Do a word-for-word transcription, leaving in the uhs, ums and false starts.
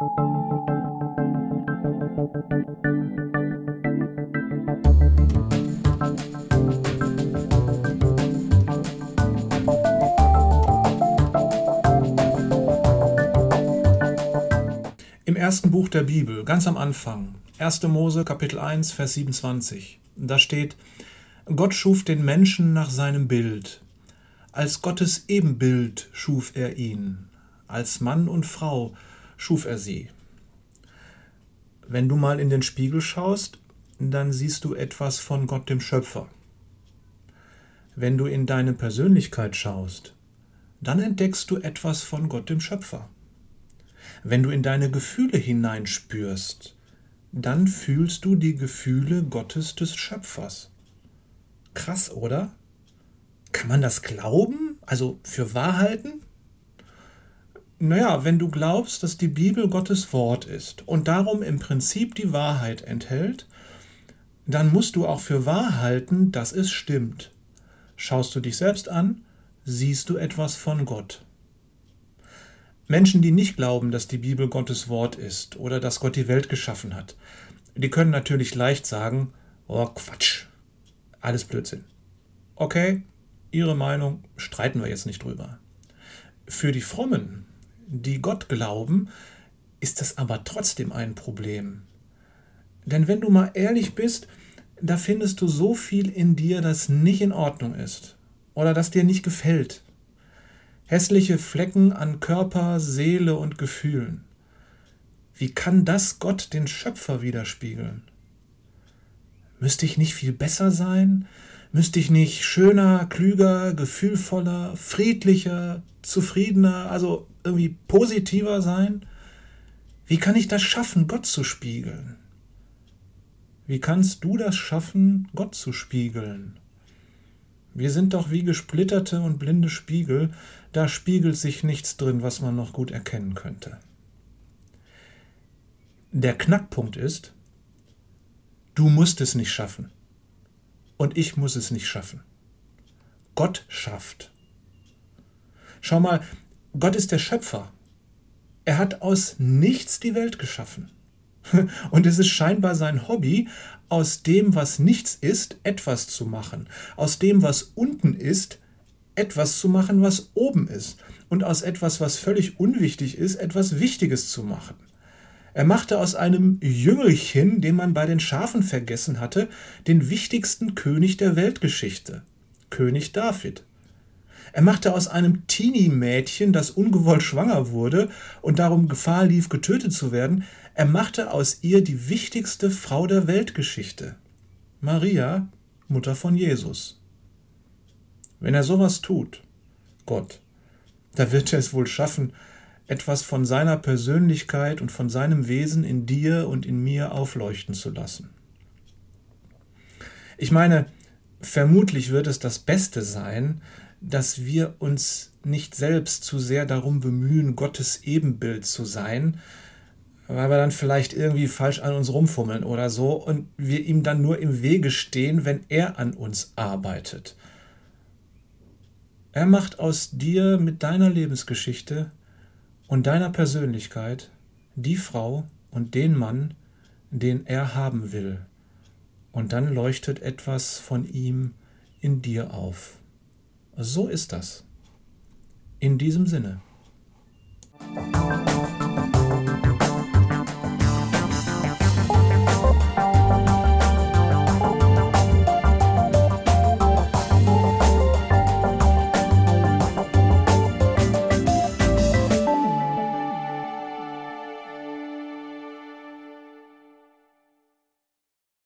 Im ersten Buch der Bibel, ganz am Anfang, erster Mose, Kapitel eins, Vers siebenundzwanzig, da steht: Gott schuf den Menschen nach seinem Bild. Als Gottes Ebenbild schuf er ihn. Als Mann und Frau schuf er sie. Wenn du mal in den Spiegel schaust, dann siehst du etwas von Gott dem Schöpfer. Wenn du in deine Persönlichkeit schaust, dann entdeckst du etwas von Gott dem Schöpfer. Wenn du in deine Gefühle hineinspürst, dann fühlst du die Gefühle Gottes des Schöpfers. Krass, oder? Kann man das glauben? Also für wahr halten? Naja, wenn du glaubst, dass die Bibel Gottes Wort ist und darum im Prinzip die Wahrheit enthält, dann musst du auch für wahr halten, dass es stimmt. Schaust du dich selbst an, siehst du etwas von Gott. Menschen, die nicht glauben, dass die Bibel Gottes Wort ist oder dass Gott die Welt geschaffen hat, die können natürlich leicht sagen: Oh, Quatsch, alles Blödsinn. Okay, ihre Meinung, streiten wir jetzt nicht drüber. Für die Frommen, die Gott glauben, ist das aber trotzdem ein Problem. Denn wenn du mal ehrlich bist, da findest du so viel in dir, das nicht in Ordnung ist oder das dir nicht gefällt. Hässliche Flecken an Körper, Seele und Gefühlen. Wie kann das Gott, den Schöpfer, widerspiegeln? Müsste ich nicht viel besser sein? Müsste ich nicht schöner, klüger, gefühlvoller, friedlicher, zufriedener, also irgendwie positiver sein? Wie kann ich das schaffen, Gott zu spiegeln? Wie kannst du das schaffen, Gott zu spiegeln? Wir sind doch wie gesplitterte und blinde Spiegel, da spiegelt sich nichts drin, was man noch gut erkennen könnte. Der Knackpunkt ist: Du musst es nicht schaffen. Und ich muss es nicht schaffen. Gott schafft. Schau mal, Gott ist der Schöpfer. Er hat aus nichts die Welt geschaffen. Und es ist scheinbar sein Hobby, aus dem, was nichts ist, etwas zu machen. Aus dem, was unten ist, etwas zu machen, was oben ist. Und aus etwas, was völlig unwichtig ist, etwas Wichtiges zu machen. Er machte aus einem Jüngelchen, den man bei den Schafen vergessen hatte, den wichtigsten König der Weltgeschichte, König David. Er machte aus einem Teenie-Mädchen, das ungewollt schwanger wurde und darum Gefahr lief, getötet zu werden, er machte aus ihr die wichtigste Frau der Weltgeschichte, Maria, Mutter von Jesus. Wenn er sowas tut, Gott, da wird er es wohl schaffen, etwas von seiner Persönlichkeit und von seinem Wesen in dir und in mir aufleuchten zu lassen. Ich meine, vermutlich wird es das Beste sein, dass wir uns nicht selbst zu sehr darum bemühen, Gottes Ebenbild zu sein, weil wir dann vielleicht irgendwie falsch an uns rumfummeln oder so und wir ihm dann nur im Wege stehen, wenn er an uns arbeitet. Er macht aus dir mit deiner Lebensgeschichte und deiner Persönlichkeit die Frau und den Mann, den er haben will. Und dann leuchtet etwas von ihm in dir auf. So ist das. In diesem Sinne.